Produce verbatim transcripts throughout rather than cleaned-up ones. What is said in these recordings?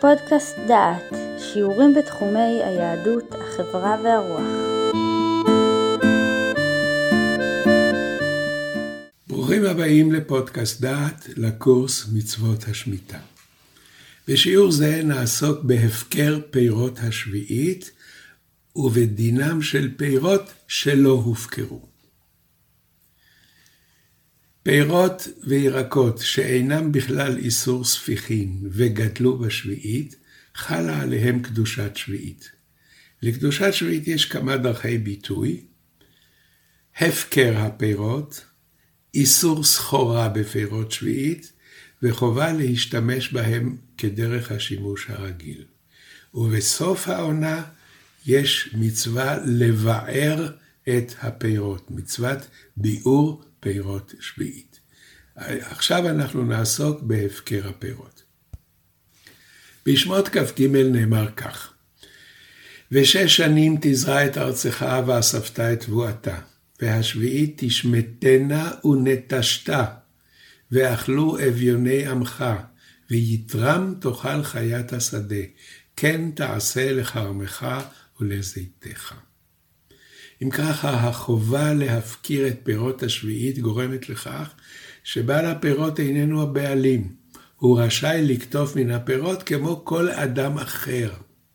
פודקאסט דעת, שיעורים בתחומי היהדות, החברה והרוח. ברוכים הבאים לפודקאסט דעת, לקורס מצוות השמיטה. בשיעור זה נעסוק בהפקר פירות השביעית ובדינם של פירות שלא הופקרו. פירות וירקות שאינם בכלל איסור ספיחין וגדלו בשביעית, חלה עליהם קדושת שביעית. לקדושת שביעית יש כמה דרכי ביטוי: הפקר הפירות, איסור סחורה בפירות שביעית, וחובה להשתמש בהם כדרך השימוש הרגיל. ובסוף העונה יש מצווה לבער את הפירות, מצוות ביעור פירות שביעית. עכשיו אנחנו נעסוק בהפקר הפירות. בשמות כ"ג נאמר כך: ושש שנים תזרע את ארצך ואספת את תבואתה, והשביעית תשמטנה ונטשתה, ואכלו אביוני עמך, ויתרם תאכל חיית השדה, כן תעשה לכרמך ולזיתך. אם ככה, החובה להפקיר את פירות השביעית גורמת לכך שבעל הפירות איננו הבעלים. הוא רשאי לקטוף מן הפירות כמו כל אדם אחר.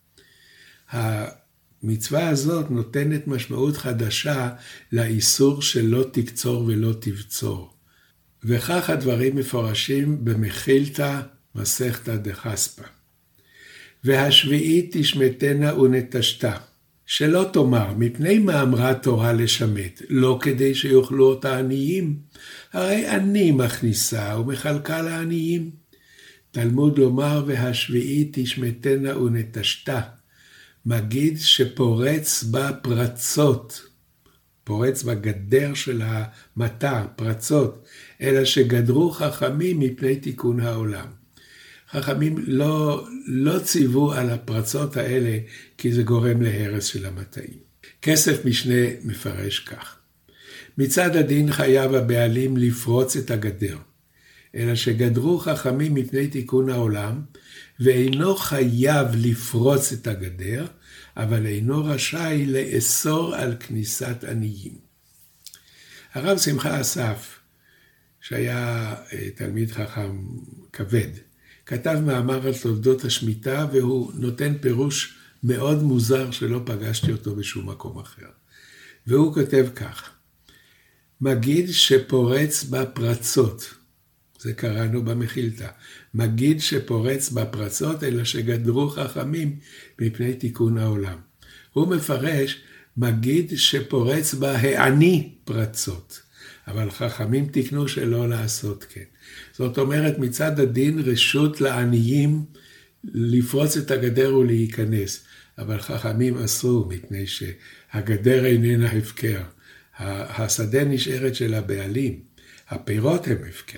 המצווה הזאת נותנת משמעות חדשה לאיסור שלא תקצור ולא תבצור. וכך הדברים מפורשים במחילתא מסכתא דחספא. והשביעית תשמטנה ונטשתה. שלא תאמר, מפני מה אמרה תורה לשמט, לא כדי שיאכלו אותה עניים, הרי אני מכניסה ומחלקה לעניים. תלמוד לומר, והשביעית תשמטנה ונטשתה, מגיד שפורץ בה פרצות, פורץ בגדר של המטר, פרצות, אלא שגדרו חכמים מפני תיקון העולם. חכמים לא, לא ציוו על הפרצות האלה, כי זה גורם להרס של המטעים. כסף משנה מפרש כך: מצד הדין חייב הבעלים לפרוץ את הגדר, אלא שגדרו חכמים מפני תיקון העולם, ואינו חייב לפרוץ את הגדר, אבל אינו רשאי לאסור על כניסת עניים. הרב שמחה אסף, שהיה תלמיד חכם כבד, כתב מאמר על תולדות השמיטה, והוא נותן פירוש מאוד מוזר שלא פגשתי אותו בשום מקום אחר. והוא כותב כך: מגיד שפורץ בפרצות, זה קראנו במחילתא, מגיד שפורץ בפרצות, אלא שגדרו חכמים מפני תיקון העולם. הוא מפרש, מגיד שפורץ בה העני פרצות, אבל חכמים תיקנו שלא לעשות כן. זאת אומרת, מצד הדין רשות לעניים לפרוץ את הגדר ולהיכנס, אבל חכמים אסרו, מפני שהגדר איננה הפקר. השדה נשארת של הבעלים, הפירות הם הפקר.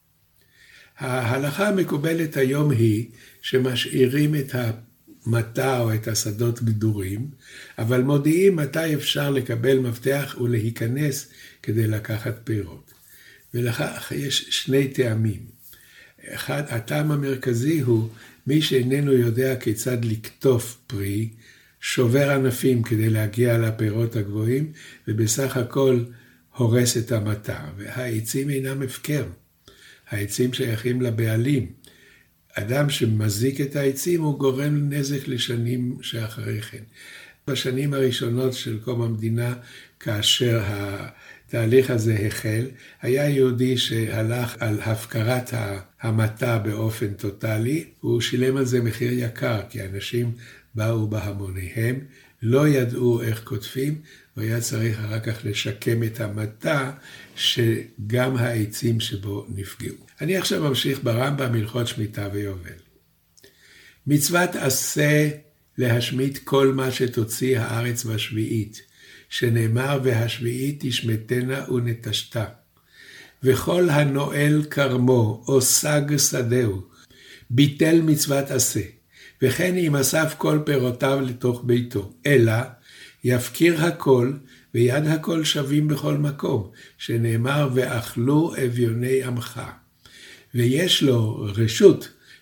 ההלכה המקובלת היום היא שמשאירים את המטע או את השדות גדורים, אבל מודיעים מתי אפשר לקבל מפתח ולהיכנס כדי לקחת פירות. ולכך יש שני טעמים. אחד, הטעם המרכזי הוא מי שאיננו יודע כיצד לקטוף פרי, שובר ענפים כדי להגיע לפירות הגבוהים, ובסך הכל הורס את המטע. והעצים אינם הפקר. העצים שייכים לבעלים. אדם שמזיק את העצים הוא גורם נזק לשנים שאחרי כן. בשנים הראשונות של קום המדינה, כאשר התהליך הזה החל, היה יהודי שהלך על הפקרת המטע באופן טוטלי, והוא שילם על זה מחיר יקר, כי אנשים באו בהמוניהם, לא ידעו איך כותבים, והיה צריך אחר כך לשקם את המטע, שגם העצים שבו נפגעו. אני עכשיו ממשיך ברמב"ם הלכות שמיטה ויובל. מצוות עשה להשמיט כל מה שתוציא הארץ בשביעית, שנאמר והשביעית תשמטנה ונטשתה. וכל הנועל כרמו או סג שדהו, ביטל מצוות עשה, וכן אם אסף כל פירותיו לתוך ביתו, אלא יפקיר הכל, ויד הכל שווים בכל מקום, שנאמר ואכלו אביוני עמך. ויש לו רשות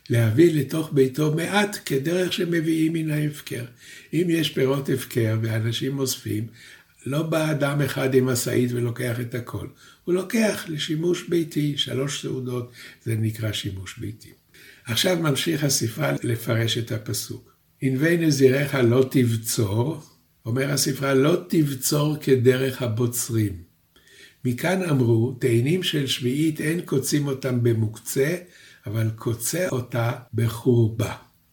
להביא לתוך ביתו מעט כדרך שמביאים מן ההפקר. אם יש פירות הפקר ואנשים אוספים, לא בא אדם אחד עם משאית ולוקח את הכל. הוא לוקח לשימוש ביתי, שלוש סעודות, זה נקרא שימוש ביתי. עכשיו ממשיך הספרה לפרש את הפסוק. ענבי נזירך לא תבצור, אומר הספרה, לא תבצור כדרך הבוצרים. מכאן אמרו, תאנים של שביעית אין קוצים אותם במוקצה, אבל קוצה אותה בחורבה.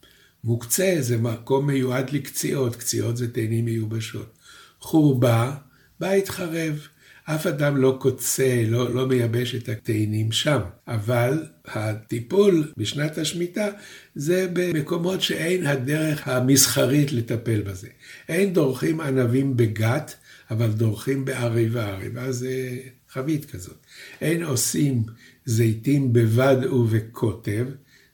מוקצה זה מקום מיועד לקציעות, קציעות זה תאנים מיובשות. חורבה, בית חרב. אף אדם לא קוצה, לא, לא מייבש את התאנים שם. אבל הטיפול בשנת השמיטה זה במקומות שאין הדרך המסחרית לטפל בזה. אין דורכים ענבים בגת, אבל דורכים בעריבה. עריבה זה חבית כזאת. אין עושים זיתים בבד ובקוטב,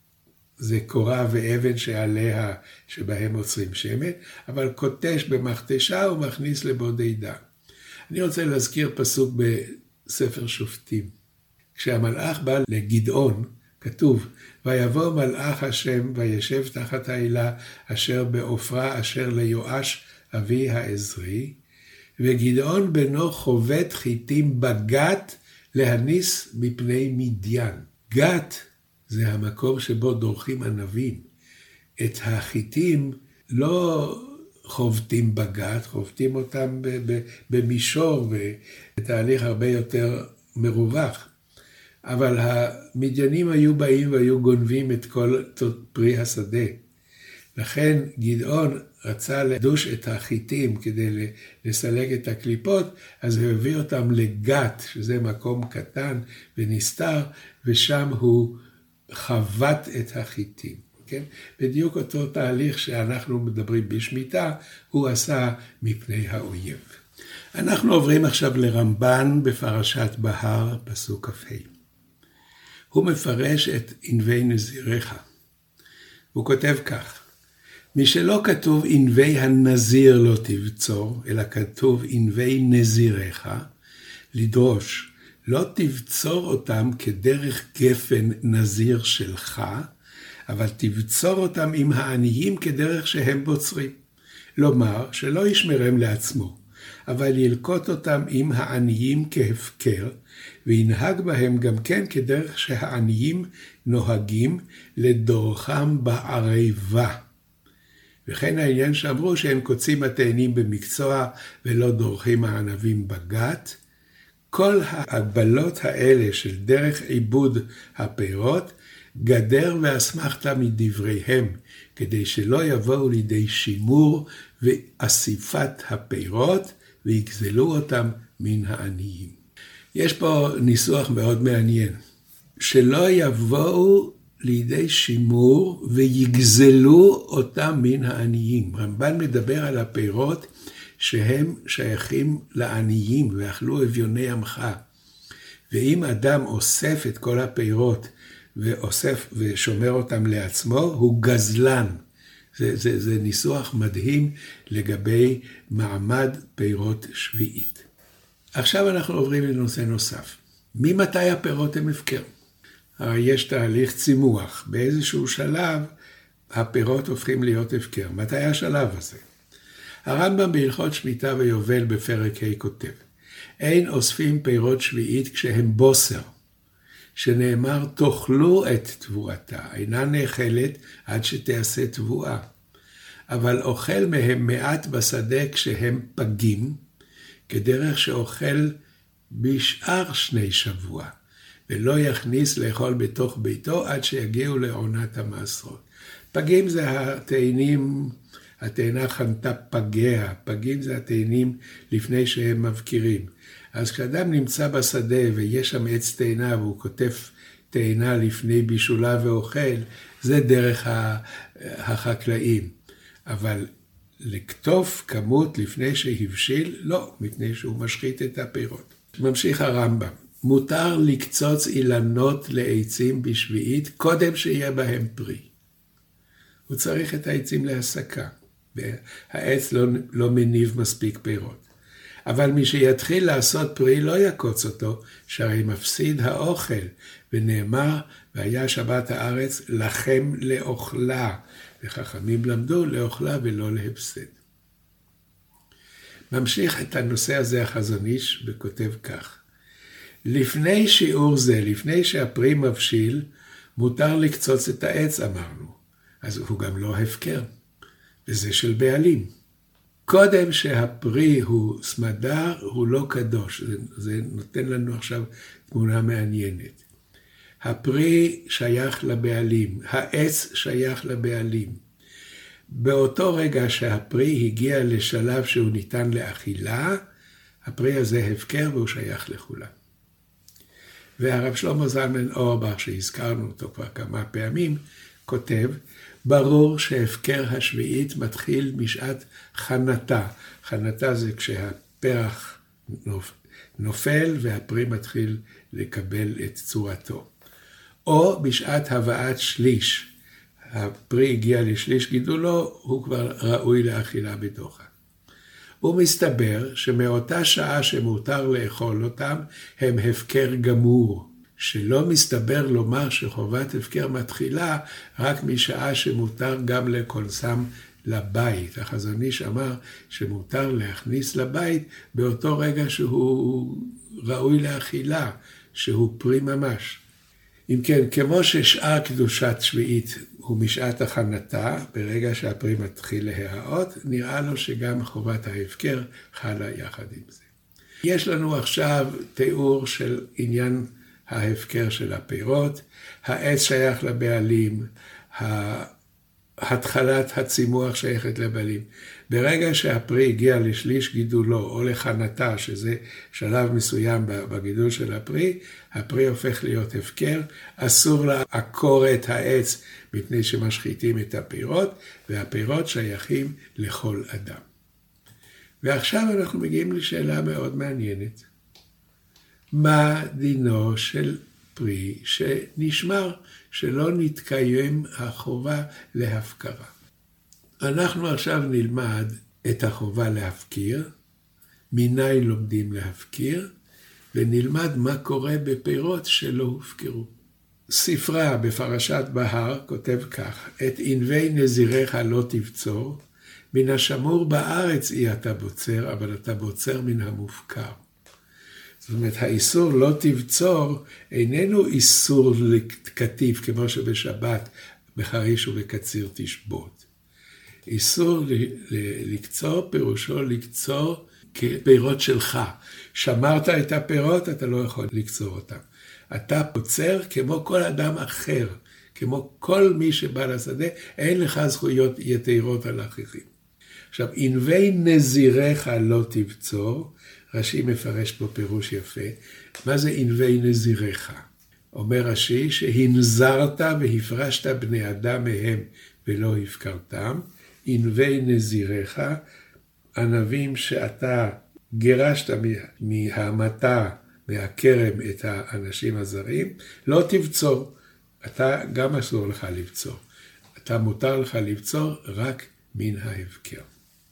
זה קורה ואבן שעליה, שבהם עוצרים שמן, אבל קוטש במכתשה ומכניס לבודי דם. אני רוצה להזכיר פסוק בספר שופטים. כשהמלאך בא לגדעון, כתוב, ויבוא מלאך השם וישב תחת העילה אשר בעופרה אשר ליואש אבי העזרי, וגדעון בנו חובט חיטים בגת להניס מפני מדיין. גת זה המקום שבו דורכים ענבים. את החיטים לא חובטים בגת, חובטים אותם במישור, בתהליך הרבה יותר מרווח. אבל המדיינים היו באים והיו גונבים את כל פרי השדה. לכן גדעון רצה לדוש את החיטים כדי לסלק את הקליפות, אז הוא הביא אותם לגת, שזה מקום קטן ונסתר, ושם הוא חבט את החיטים. כן? בדיוק אותו תהליך שאנחנו מדברים בשמיטה, הוא עשה מפני האויב. אנחנו עוברים עכשיו לרמב"ן בפרשת בהר, פסוק כ"ה. הוא מפרש את ענבי נזירך. הוא כותב כך, משלא כתוב ענבי הנזיר לא תבצור, אלא כתוב ענבי נזירך, לדרוש, לא תבצור אותם כדרך גפן נזיר שלך, אבל תבצור אותם עם העניים כדרך שהם בוצרים. לומר, שלא ישמרם לעצמו, אבל ילקוט אותם עם העניים כהפקר, וינהג בהם גם כן כדרך שהעניים נוהגים לדורכם בעריבה. וכן העניין שאמרו שהם קוצים התאנים במקצוע ולא דורכים הענבים בגת. כל ההגבלות האלה של דרך עיבוד הפירות, גדר ואסמכת מדבריהם, כדי שלא יבואו לידי שימור ואסיפת הפירות, ויגזלו אותם מן העניים. יש פה ניסוח מאוד מעניין. שלא יבואו לידי שימור ויגזלו אותם מן העניים. רמב"ן מדבר על הפירות שהם שייכים לעניים ואכלו אביוני עמך. ואם אדם אוסף את כל הפירות ואוסף ושומר אותם לעצמו, הוא גזלן. זה, זה, זה ניסוח מדהים לגבי מעמד פירות שביעית. עכשיו אנחנו עוברים לנושא נוסף. ממתי הפירות הם הפקר? הרי יש תהליך צימוח. באיזשהו שלב הפירות הופכים להיות הפקר. מתי השלב הזה? הרמב"ם בהלכות שמיטה ויובל בפרק ה' כותב, אין אוספים פירות שביעית כשהם בוסר, שנאמר תאכלו את תבואתה, אינה נאכלת עד שתעשה תבואה. אבל אוכל מהם מעט בשדה כשהם פגים, כדרך שאוכל בשאר שני שבוע, ולא יכניס לאכול בתוך ביתו עד שיגיעו לעונת המעשרות. פגים זה התאנים, התאנה חנתה פגיה, פגים זה התאנים לפני שהם מבקירים. אז כשאדם נמצא בשדה ויש שם עץ תאנה והוא כותב תאנה לפני בישולה ואוכל, זה דרך החקלאים. אבל לקטוף כמות לפני שהבשיל, לא, מפני שהוא משחית את הפירות. ממשיך הרמב"ם, מותר לקצוץ אילנות לעצים בשביעית קודם שיהיה בהם פרי. הוא צריך את העצים להסקה, והעץ לא, לא מניב מספיק פירות. אבל מי שיתחיל לעשות פרי לא יקוץ אותו, שהרי מפסיד האוכל, ונאמר, והיה שבת הארץ לכם לאוכלה, וחכמים למדו לאוכלה ולא להפסד. ממשיך את הנושא הזה החזון איש וכותב כך: לפני שיעור זה, לפני שהפרי מבשיל, מותר לקצוץ את העץ, אמרנו. אז הוא גם לא הפקר, וזה של בעלים. קודם שהפרי הוא סמדר, הוא לא קדוש. זה, זה נותן לנו עכשיו תמונה מעניינת. הפרי שייך לבעלים, העץ שייך לבעלים. באותו רגע שהפרי הגיע לשלב שהוא ניתן לאכילה, הפרי הזה הפקר והוא שייך לכולם. והרב שלמה זלמן אורבך, שהזכרנו אותו כבר כמה פעמים, כותב, ברור שהפקר השביעית מתחיל משעת חנתה. חנתה זה כשהפרח נופל והפרי מתחיל לקבל את צורתו. או בשעת הבאת שליש. הפרי הגיע לשליש גידולו, הוא כבר ראוי לאכילה בדוחה. ומסתבר שמאותה שעה שמותר לאכול אותם, הם הפקר גמור. שלא מסתבר לומר שחובת הפקר מתחילה רק משעה שמותר גם לכונסם לבית. החזון איש אמר שמותר להכניס לבית באותו רגע שהוא ראוי לאכילה, שהוא פרי ממש. אם כן, כמו ששאר קדושת שביעית הוא משעת הכנתה, ברגע שהפרי מתחיל להיראות, נראה לו שגם חובת ההפקר חלה יחד עם זה. יש לנו עכשיו תיאור של עניין ההפקר של הפירות, העץ שייך לבעלים, התחלת הצימוח שייכת לבעלים. ברגע שהפרי הגיע לשליש גידולו או לחנתה, שזה שלב מסוים בגידול של הפרי, הפרי הופך להיות הפקר, אסור לעקור את העץ מפני שמשחיתים את הפירות, והפירות שייכים לכל אדם. ועכשיו אנחנו מגיעים לשאלה מאוד מעניינת. מה דינו של פרי שנשמר, שלא נתקיים החובה להפקרה? אנחנו עכשיו נלמד את החובה להפקיר, מיני לומדים להפקיר, ונלמד מה קורה בפירות שלא הופקרו. ספרה בפרשת בהר כותב כך, את ענבי נזיריך לא תבצור, מן השמור בארץ אי אתה בוצר, אבל אתה בוצר מן המופקר. זאת אומרת, האיסור לא תבצור איננו איסור לקטיף, כמו שבשבת בחריש ובקציר תשבות. איסור לקצור פירושו לקצור כפירות שלך. שמרת את הפירות, אתה לא יכול לקצור אותם. אתה פוצר כמו כל אדם אחר, כמו כל מי שבא לשדה, אין לך זכויות יתירות על האחרים. עכשיו, ענבי נזיריך לא תבצור, רש"י מפרש פה פירוש יפה. מה זה ענבי נזיריך? אומר רש"י שהנזרת והפרשת בני אדם מהם ולא הפקרתם. ענבי נזיריך, ענבים שאתה גירשת מהמתה, מהכרם את האנשים הזרים, לא תבצור. אתה גם אסור לך לבצור. אתה מותר לך לבצור רק מן ההפקר.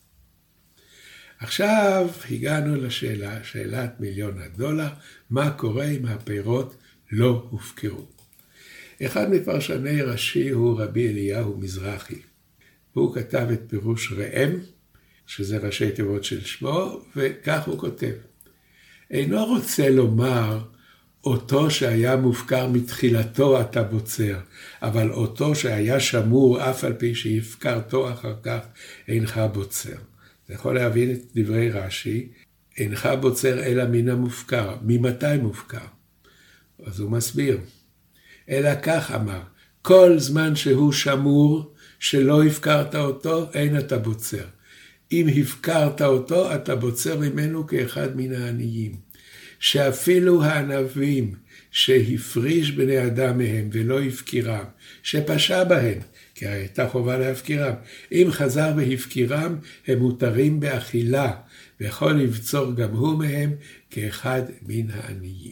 עכשיו הגענו לשאלה, שאלת מיליון הדולר, מה קורה אם הפירות לא הופקרו? אחד מפרשני רש"י הוא רבי אליהו מזרחי. הוא כתב את פירוש ראם, שזה ראשי תיבות של שמו, וכך הוא כותב. אינו רוצה לומר, אותו שהיה מופקר מתחילתו אתה בוצר, אבל אותו שהיה שמור אף על פי שהפקרתו אחר כך אינך בוצר. אתה יכול להבין את דברי רש"י, אינך בוצר אלא מן המופקר. ממתי מופקר? אז הוא מסביר. אלא כך אמר, כל זמן שהוא שמור, שלא הפקרת אותו, אין אתה בוצר. אם הפקרת אותו, אתה בוצר ממנו כאחד מן העניים. שאפילו הענבים שהפריש בני אדם מהם ולא הפקירם, שפשע בהם, כי הייתה חובה להפקירם. אם חזר והפקירם, הם מותרים באכילה, ויכול לבצור גם הוא מהם כאחד מן העניים.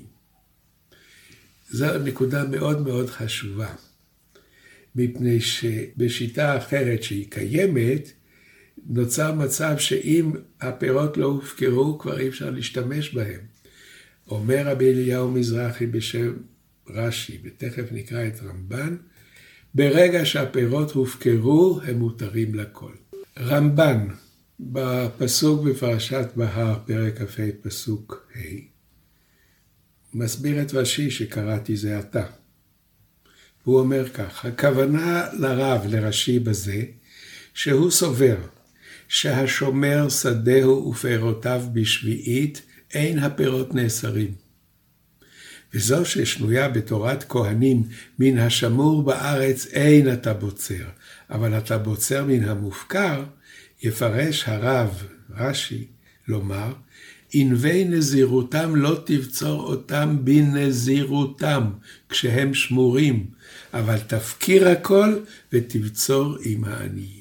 זו נקודה מאוד מאוד חשובה, מפני שבשיטה אחרת שהיא קיימת, נוצר מצב שאם הפירות לא הופקרו, כבר אי אפשר להשתמש בהם. אומר רבי אליהו מזרחי בשם רש"י, ותכף נקרא את רמב"ן, ברגע שהפירות הופקרו, הם מותרים לכל. רמב"ן, בפסוק בפרשת בהר, פרק כ"ה פסוק ה', מסביר את רש"י שקראתי זה עתה. הוא אומר כך, הכוונה לרב, לרש"י בזה, שהוא סובר שהשומר שדהו ופירותיו בשביעית, אין הפירות נאסרים. וזו ששנויה בתורת כהנים, מן השמור בארץ אין אתה בוצר, אבל אתה בוצר מן המופקר, יפרש הרב, רש"י, לומר, ענבי נזירותם לא תבצור אותם בנזירותם, כשהם שמורים, אבל תפקיר הכל ותבצור עם העניים.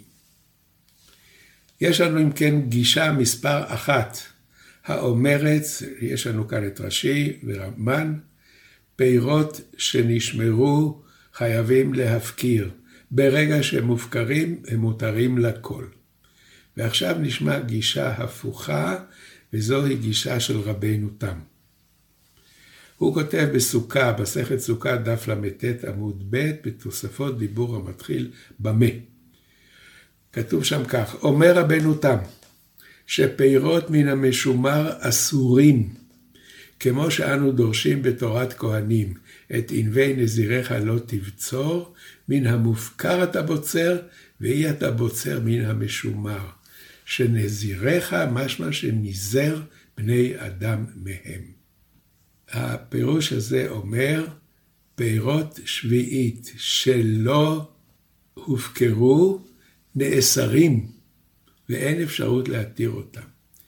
יש לנו אם כן גישה מספר אחת, האומרת, יש לנו כאן את רש"י ורמב"ן, פירות שנשמרו חייבים להפקיר, ברגע שהם מופקרים הם מותרים לכל. ועכשיו נשמע גישה הפוכה, וזוהי גישה של רבנו תם. הוא כותב בסוכה, בסכת סוכה דף למ"ט עמוד ב' בתוספות דיבור המתחיל במה. כתוב שם כך, אומר רבנו תם, שפירות מן המשומר אסורים, כמו שאנו דורשים בתורת כהנים, את ענבי נזירך לא תבצור, מן המופקר אתה בוצר, ואי אתה בוצר מן המשומר. שנזירך משמע שניזר בני אדם מהם. הפירוש הזה אומר, פירות שביעית שלא הופקרו נאסרים, ואין אפשרות להתיר אותם.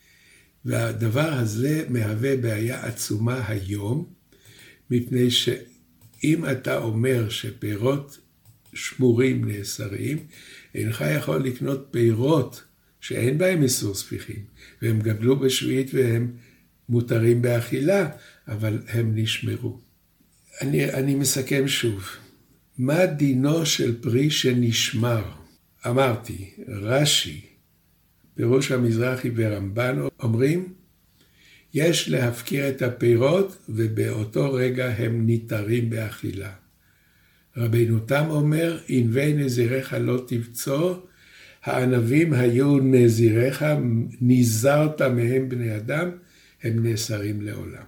והדבר הזה מהווה בעיה עצומה היום, מפני שאם אתה אומר שפירות שמורים נאסרים, אינך יכול לקנות פירות שאין בהם איסור ספיחים, והם גדלו בשביעית והם מותרים באכילה, אבל הם נשמרו. אני, אני מסכם שוב. מה דינו של פרי שנשמר? אמרתי, רש"י, פירוש המזרחי ורמב"ן אומרים, יש להפקיר את הפירות ובאותו רגע הם ניתרים באכילה. רבנו תם אומר, ענבי נזירך לא תבצור, הענבים היו נזירך, ניזרת מהם בני אדם, הם נאסרים לעולם.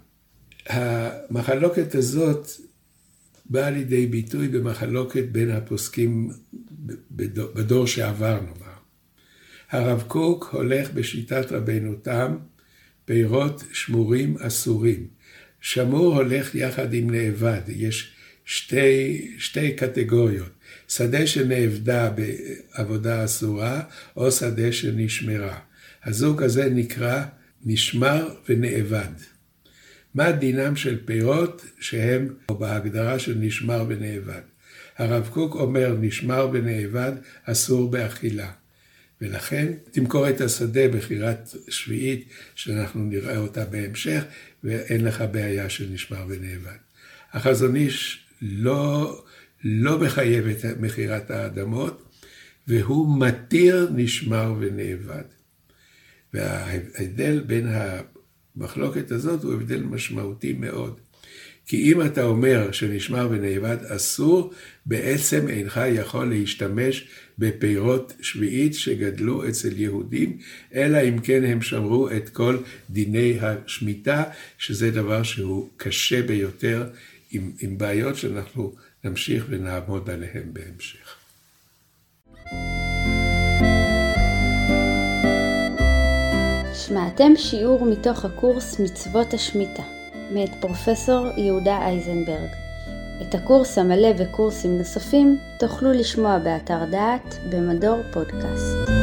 המחלוקת הזאת באה לידי ביטוי במחלוקת בין הפוסקים בדור שעבר נאמר. הרב קוק הולך בשיטת רבנו תם, פירות שמורים אסורים. שמור הולך יחד עם נאבד, יש שתי, שתי קטגוריות. שדה שנאבדה בעבודה אסורה, או שדה שנשמרה. הזוג הזה נקרא נשמר ונאבד. מה דינם של פירות שהם בהגדרה של נשמר ונאבד? הרב קוק אומר נשמר ונאבד אסור באכילה. ולכן תמכור את השדה בחירת שביעית, שאנחנו נראה אותה בהמשך, ואין לך בעיה של נשמר ונאבד. החזון איש לא, לא מחייב את מחירת האדמות, והוא מתיר נשמר ונאבד. וההבדל בין המחלוקת הזאת הוא הבדל משמעותי מאוד. כי אם אתה אומר שנשמר ונאבד אסור, בעצם אינך יכול להשתמש בפירות שביעית שגדלו אצל יהודים, אלא אם כן הם שמרו את כל דיני השמיטה, שזה דבר שהוא קשה ביותר, עם, עם בעיות שאנחנו נמשיך ונעמוד עליהם בהמשך. שמעתם שיעור מתוך הקורס מצוות השמיטה, מאת פרופסור יהודה אייזנברג. את הקורס המלא וקורסים נוספים תוכלו לשמוע באתר דעת במדור פודקאסט.